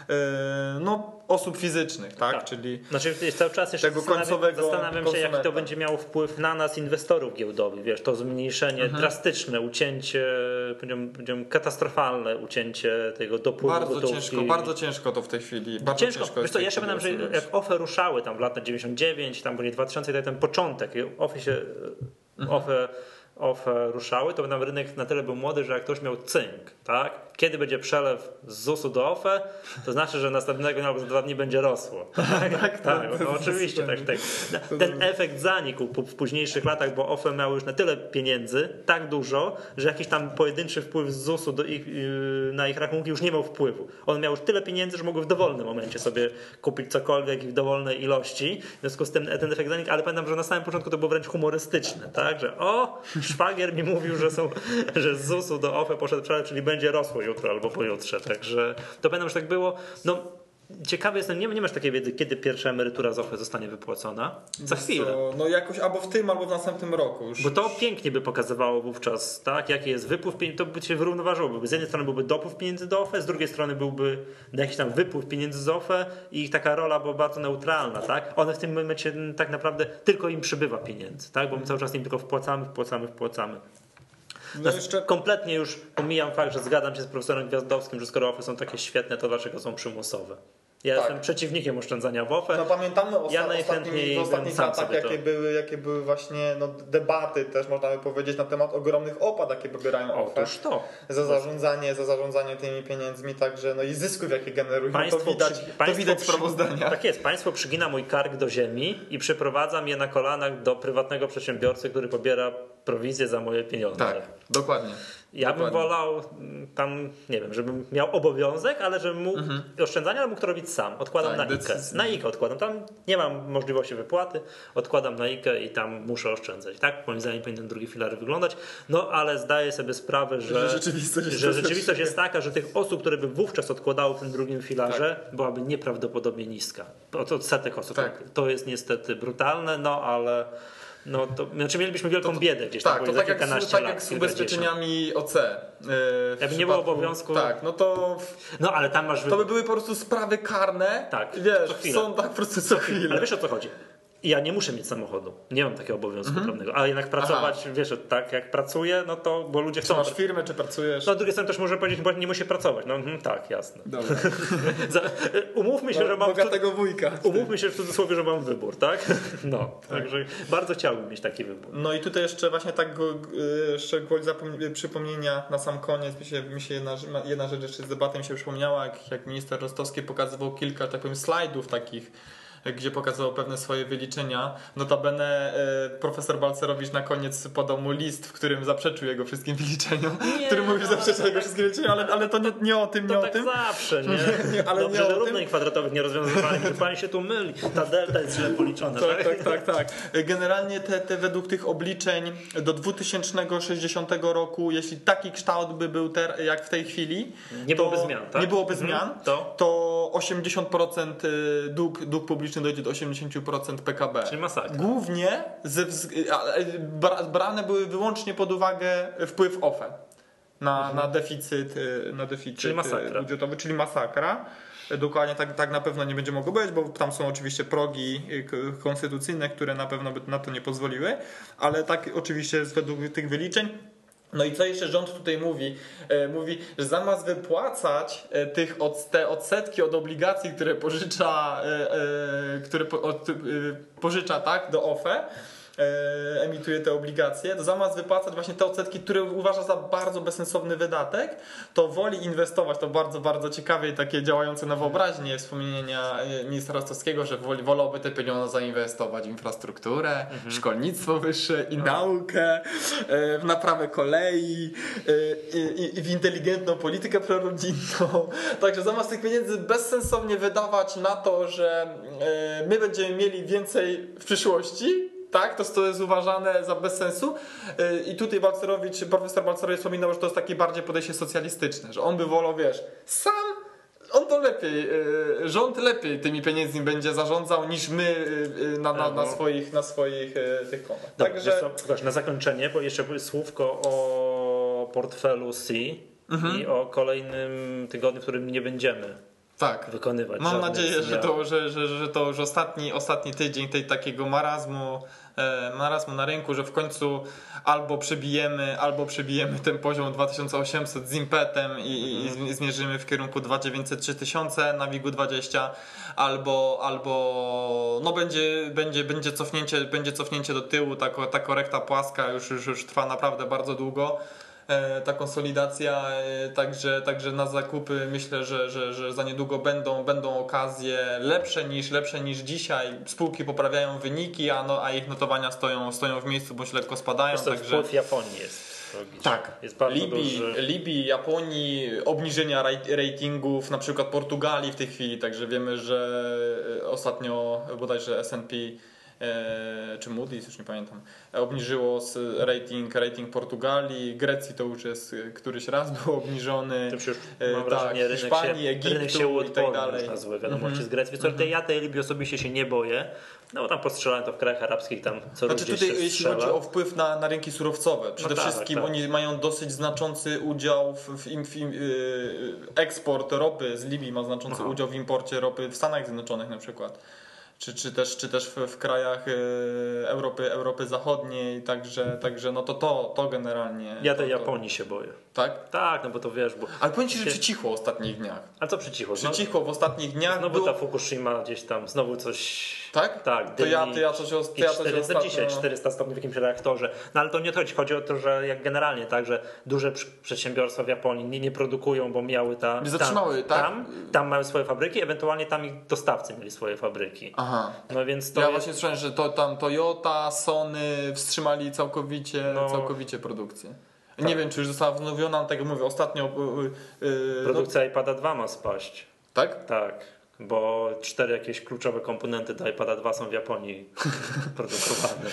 no, osób fizycznych, tak? tak. Czyli znaczy jest cały czas jeszcze tego zastanawiam, końcowego zastanawiam się, konsumenta. jaki to będzie miało wpływ na nas, inwestorów giełdowych. Wiesz, to zmniejszenie, mhm. drastyczne ucięcie, powiedziałbym, katastrofalne ucięcie tego dopływu Bardzo gotówki. ciężko, bardzo ciężko to w tej chwili. Bardzo ciężko, ciężko wiesz co, ja się pamiętam, że jak O F E ruszały tam w latach dziewięćdziesiąt dziewięć, tam byli dwa tysiące, ten początek, O F E się, mhm. O F E O F E ruszały, to tam rynek na tyle był młody, że jak ktoś miał cynk, tak? Kiedy będzie przelew z zusu do O F E, to znaczy, że następnego albo za dwa dni będzie rosło. Tak, tak, tak no, oczywiście. Tak, tak. Ten efekt zanikł w późniejszych latach, bo O F E miało już na tyle pieniędzy, tak dużo, że jakiś tam pojedynczy wpływ z zusu do ich, na ich rachunki już nie miał wpływu. On miał już tyle pieniędzy, że mogły w dowolnym momencie sobie kupić cokolwiek i w dowolnej ilości. W związku z tym ten efekt zanikł, ale pamiętam, że na samym początku to było wręcz humorystyczne, tak? Że o, szwagier mi mówił, że, są, że z zusu do O F E poszedł przelew, czyli będzie rosło jutro albo pojutrze, także to pamiętam, że tak było. No, ciekawy jestem, nie, nie masz takiej wiedzy, kiedy pierwsza emerytura z O F E zostanie wypłacona? Za chwilę. Co, no jakoś albo w tym, albo w następnym roku. Już. Bo to pięknie by pokazywało wówczas, tak, jaki jest wypływ pieniędzy, to by się wyrównoważyłoby. Z jednej strony byłby dopływ pieniędzy do O F E, z drugiej strony byłby jakiś tam wypływ pieniędzy z O F E i ich taka rola była bardzo neutralna, tak? One w tym momencie tak naprawdę tylko im przybywa pieniędzy, tak? Bo my cały czas im tylko wpłacamy, wpłacamy, wpłacamy. No jeszcze... Kompletnie już pomijam fakt, że zgadzam się z profesorem Gwiazdowskim, że skoro O F E są takie świetne, to dlaczego są przymusowe? Ja tak. jestem przeciwnikiem oszczędzania w O F E. No pamiętamy o ja ostatnich, w ostatnich latach, jakie to... były, jakie były właśnie no, debaty też można by powiedzieć na temat ogromnych opłat, jakie pobierają O F E. Otóż to. Za zarządzanie, za zarządzanie tymi pieniędzmi, także no i zysków, jakie generują, państwo to widać, przy... to widać w sprawozdaniach. Tak jest, państwo przygina mój kark do ziemi i przyprowadza mnie na kolanach do prywatnego przedsiębiorcy, który pobiera prowizję za moje pieniądze. Tak, dokładnie. Ja Dokładnie. bym wolał tam, nie wiem, żebym miał obowiązek, ale żebym mógł mhm. oszczędzania, ale mógł to robić sam. Odkładam tak, na IKE. Na IKE odkładam. Tam nie mam możliwości wypłaty, odkładam na IKE i tam muszę oszczędzać. Tak? Moim zdaniem powinien drugi filar wyglądać. No ale zdaję sobie sprawę, że, że rzeczywistość, jest, że rzeczywistość jest taka, że tych osób, które by wówczas odkładały w tym drugim filarze, tak. byłaby nieprawdopodobnie niska. Od odsetek osób. Tak. To jest niestety brutalne, no ale... No to znaczy mielibyśmy wielką to, biedę gdzieś tak, tam to za tak kilkanaście jak, lat. tak jak z ubezpieczeniami O C. Yy, Jakby nie było obowiązku. Tak, no to. No ale tam masz. To by były po prostu sprawy karne. Tak, wiesz, są tak po prostu co chwilę. Ale wiesz o co chodzi? Ja nie muszę mieć samochodu. Nie mam takiego obowiązku mm-hmm. prawnego. Ale jednak pracować, Aha. wiesz, tak jak pracuję, no to, bo ludzie chcą... Czy masz firmę, czy pracujesz? No, z drugiej strony też może powiedzieć, bo nie muszę pracować. No mm, tak, jasne. Dobra. Za, umówmy się, no, że mam... bogatego wujka. Umówmy się w cudzysłowie, że mam wybór, tak? No, tak. Także bardzo chciałbym mieć taki wybór. No i tutaj jeszcze właśnie tak jeszcze gwoli zapomnie, przypomnienia na sam koniec. Mi się, mi się jedna, jedna rzecz jeszcze z debaty mi się przypomniała, jak, jak minister Rostowski pokazywał kilka, tak powiem, slajdów takich, gdzie pokazywał pewne swoje wyliczenia. Notabene e, profesor Balcerowicz na koniec podał mu list, w którym zaprzeczył jego wszystkim wyliczeniom, nie, który mówi, że no, zaprzeczał jego tak, wszystkim wyliczeniom, ale, ale to nie, nie o tym, nie to o tak tym. zawsze, nie? nie ale Dobrze, nie że równań kwadratowych nie rozwiązywali, że pani się tu myli. Ta delta jest źle policzona. Tak, tak, tak, tak. Generalnie te, te według tych obliczeń do dwa tysiące sześćdziesiątego roku, jeśli taki kształt by był ter, jak w tej chwili, nie byłoby zmian, tak? Nie byłoby zmian, hmm, to? to osiemdziesiąt procent dług, dług publiczny dojdzie do osiemdziesiąt procent P K B. Czyli masakra. Głównie ze, brane były wyłącznie pod uwagę wpływ O F E na, mhm. na deficyt, na deficyt czyli masakra. budżetowy, czyli masakra. Dokładnie tak, tak na pewno nie będzie mogło być, bo tam są oczywiście progi konstytucyjne, które na pewno by na to nie pozwoliły, ale tak oczywiście jest według tych wyliczeń. No i co jeszcze rząd tutaj mówi? E, mówi, że zamiast wypłacać e, tych od, te odsetki od obligacji, które pożycza, e, e, które po, od, e, pożycza tak, do O F E, e, emituje te obligacje, to zamiast wypłacać właśnie te odsetki, które uważa za bardzo bezsensowny wydatek, to woli inwestować, to bardzo, bardzo ciekawe i takie działające na wyobraźnię wspomnienia ministra Rostowskiego, że woli, wolałby te pieniądze zainwestować w infrastrukturę, mhm. szkolnictwo wyższe i no. naukę, e, w naprawę kolei e, i, i w inteligentną politykę prorodzinną. Także zamiast tych pieniędzy bezsensownie wydawać na to, że e, my będziemy mieli więcej w przyszłości, tak, to, to jest uważane za bez sensu i tutaj Balcerowicz, profesor Balcerowicz wspominał, że to jest takie bardziej podejście socjalistyczne, że on by wolał, wiesz, sam on to lepiej, rząd lepiej tymi pieniędzmi będzie zarządzał niż my na, na, na swoich, na swoich tych kontach. Także wiesz, na zakończenie, bo jeszcze słówko o portfelu C mhm. i o kolejnym tygodniu, w którym nie będziemy tak. wykonywać. Mam nadzieję, że to, że, że, że to już ostatni, ostatni tydzień tej takiego marazmu, e, marazmu na rynku, że w końcu albo przebijemy, albo przebijemy ten poziom dwa tysiące osiemset z impetem i, mm. i zmierzymy w kierunku dwa tysiące dziewięćset trzy tysiące na WIG-u dwadzieścia, albo, albo no będzie, będzie, będzie, cofnięcie, będzie cofnięcie do tyłu, ta, ta korekta płaska już, już, już trwa naprawdę bardzo długo. Ta konsolidacja, także, także na zakupy myślę, że, że, że za niedługo będą, będą okazje lepsze niż, lepsze niż dzisiaj. Spółki poprawiają wyniki, a, no, a ich notowania stoją, stoją w miejscu bądź lekko spadają. To także... wpływ Japonii jest. Tak, jest bardzo Libii, duży. Libii, Japonii, obniżenia ratingów, na przykład Portugalii w tej chwili, także wiemy, że ostatnio bodajże S and P czy Moody's, już nie pamiętam, obniżyło rating, rating Portugalii, Grecji to już jest któryś raz był obniżony, to już mam tak, wrażenie, rynek Hiszpanii, się, Egiptu rynek się i tak dalej. Na złe wiadomości mm-hmm. z Grecji. Mm-hmm. Ja tej Libii osobiście się nie boję, no bo tam postrzelają to w krajach arabskich, tam co znaczy tutaj się jeśli chodzi o wpływ na, na rynki surowcowe, przede no tak, wszystkim tak. oni mają dosyć znaczący udział w, w, w, w yy, eksport ropy z Libii ma znaczący Aha. udział w imporcie ropy w Stanach Zjednoczonych na przykład. Czy, czy też, czy też w, w krajach Europy, Europy Zachodniej, także, także no to, to, to generalnie. Ja tej to, Japonii się boję. Tak? Tak, no bo to wiesz, bo... Ale powiem Ci, że przycichło w ostatnich dniach. A co przycichło? Przycichło w ostatnich dniach. Znowu było... ta Fukushima gdzieś tam, znowu coś... Tak? Tak. To ja, to ja coś, o, to ja coś czterysta, ostatnio... dzisiaj czterysta stopni w jakimś reaktorze. No ale to nie chodzi, chodzi o to, że jak generalnie, tak, że duże przedsiębiorstwa w Japonii nie, nie produkują, bo miały ta, nie zatrzymały, tam, tak? tam, tam mają swoje fabryki, ewentualnie tam ich dostawcy mieli swoje fabryki. Aha. No więc to ja jest... właśnie słyszałem, że to tam Toyota, Sony wstrzymali całkowicie, no, całkowicie produkcję. tak. Nie wiem, czy już została wznowiona, tak jak mówię, ostatnio... Yy, Produkcja no... iPada dwa ma spaść. Tak? Tak. Bo cztery jakieś kluczowe komponenty do iPada dwa są w Japonii produkowane.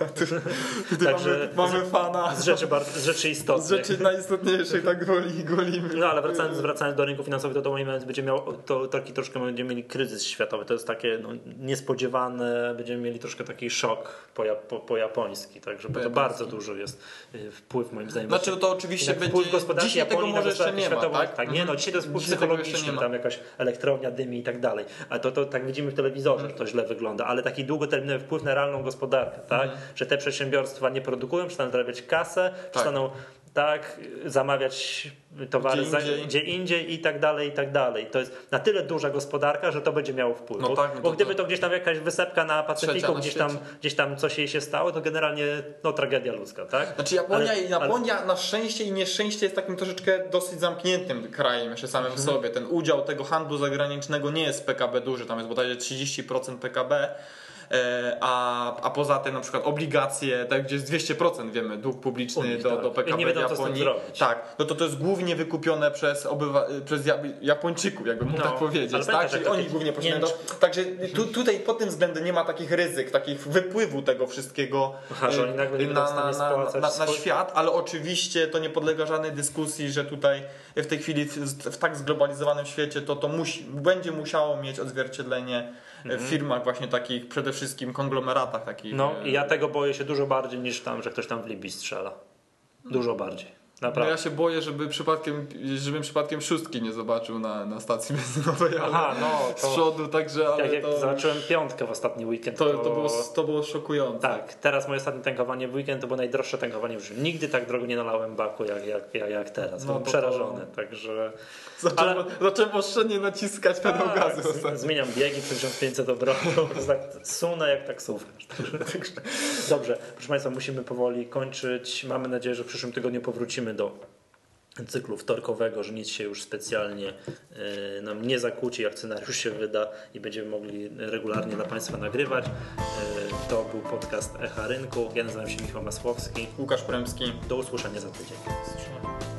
Także mamy, mamy fana. Z rzeczy, bardzo, z rzeczy istotnych. Z rzeczy najistotniejszych tak gwoli, gwolimy. No ale wracając, wracając do rynku finansowego, to moment będzie miał to taki troszkę będziemy mieli kryzys światowy. To jest takie no, niespodziewane, będziemy mieli troszkę taki szok po, po, po japoński. Także bo to bardzo dużo jest wpływ moim zdaniem. Znaczy to oczywiście będzie wpływ gospodarki dzisiaj Japonii tego może jeszcze nie ma, tak? tak? Nie, no dzisiaj to jest wpływ psychologiczny, tam jakaś elektrownia dymi i tak dalej. Ale to, to tak widzimy w telewizorze, że to źle wygląda, ale taki długoterminowy wpływ na realną gospodarkę, tak? Mhm. Że te przedsiębiorstwa nie produkują, przestaną zarabiać kasę, tak. przestaną tak, zamawiać towary gdzie indziej. Za, gdzie indziej i tak dalej, i tak dalej. To jest na tyle duża gospodarka, że to będzie miało wpływ. No tak, no bo to, gdyby to gdzieś tam jakaś wysepka na Pacyfiku, na gdzieś, tam, gdzieś tam coś jej się stało, to generalnie no, tragedia ludzka, tak? Znaczy Japonia, ale, Japonia ale... na szczęście i nieszczęście jest takim troszeczkę dosyć zamkniętym krajem jeszcze samym mhm. sobie. Ten udział tego handlu zagranicznego nie jest w P K B duży, tam jest bodajże trzydzieści procent P K B. A, a poza tym na przykład obligacje, tak gdzie jest dwieście procent wiemy, dług publiczny Unii, do, tak. do P K B nie wiedzą, Japonii. Tak, no to to jest głównie wykupione przez, obywa, przez Japończyków, jakby mógł no, tak powiedzieć, tak? Czyli oni głównie poczynają. Do... Także tu, tutaj pod tym względem nie ma takich ryzyk, takich wypływu tego wszystkiego Aha, że oni nagle nie na, na, na, na, na, na świat, ale oczywiście to nie podlega żadnej dyskusji, że tutaj w tej chwili w, w tak zglobalizowanym świecie to, to musi, będzie musiało mieć odzwierciedlenie w firmach właśnie takich, przede wszystkim konglomeratach takich. No i ja tego boję się dużo bardziej niż tam, że ktoś tam w Libii strzela. Dużo bardziej. Naprawdę. No ja się boję, żeby przypadkiem, żebym przypadkiem szóstki nie zobaczył na, na stacji benzynowej, ale Aha, no, to, z przodu, także ale jak, jak to, zobaczyłem piątkę w ostatni weekend, to, to, było, to było szokujące. Tak, teraz moje ostatnie tankowanie w weekend to było najdroższe tankowanie w życiu. Nigdy tak drogo nie nalałem baku jak, jak, jak, jak teraz. No Byłem to- przerażony, także... Zacząłem, Ale- zacząłem oszczędnie naciskać pedał Tak, gazu z- ostatnio. zmieniam biegi przez tysiąc pięćset obrotów, tak sunę jak taksówkarz. Także, także. Dobrze, proszę Państwa, musimy powoli kończyć. Mamy nadzieję, że w przyszłym tygodniu powrócimy do cyklu wtorkowego, że nic się już specjalnie y, nam nie zakłóci, jak scenariusz się wyda i będziemy mogli regularnie dla Państwa nagrywać. Y, to był podcast Echa Rynku. Ja nazywam się Michał Masłowski. Łukasz Premski. Do usłyszenia za tydzień.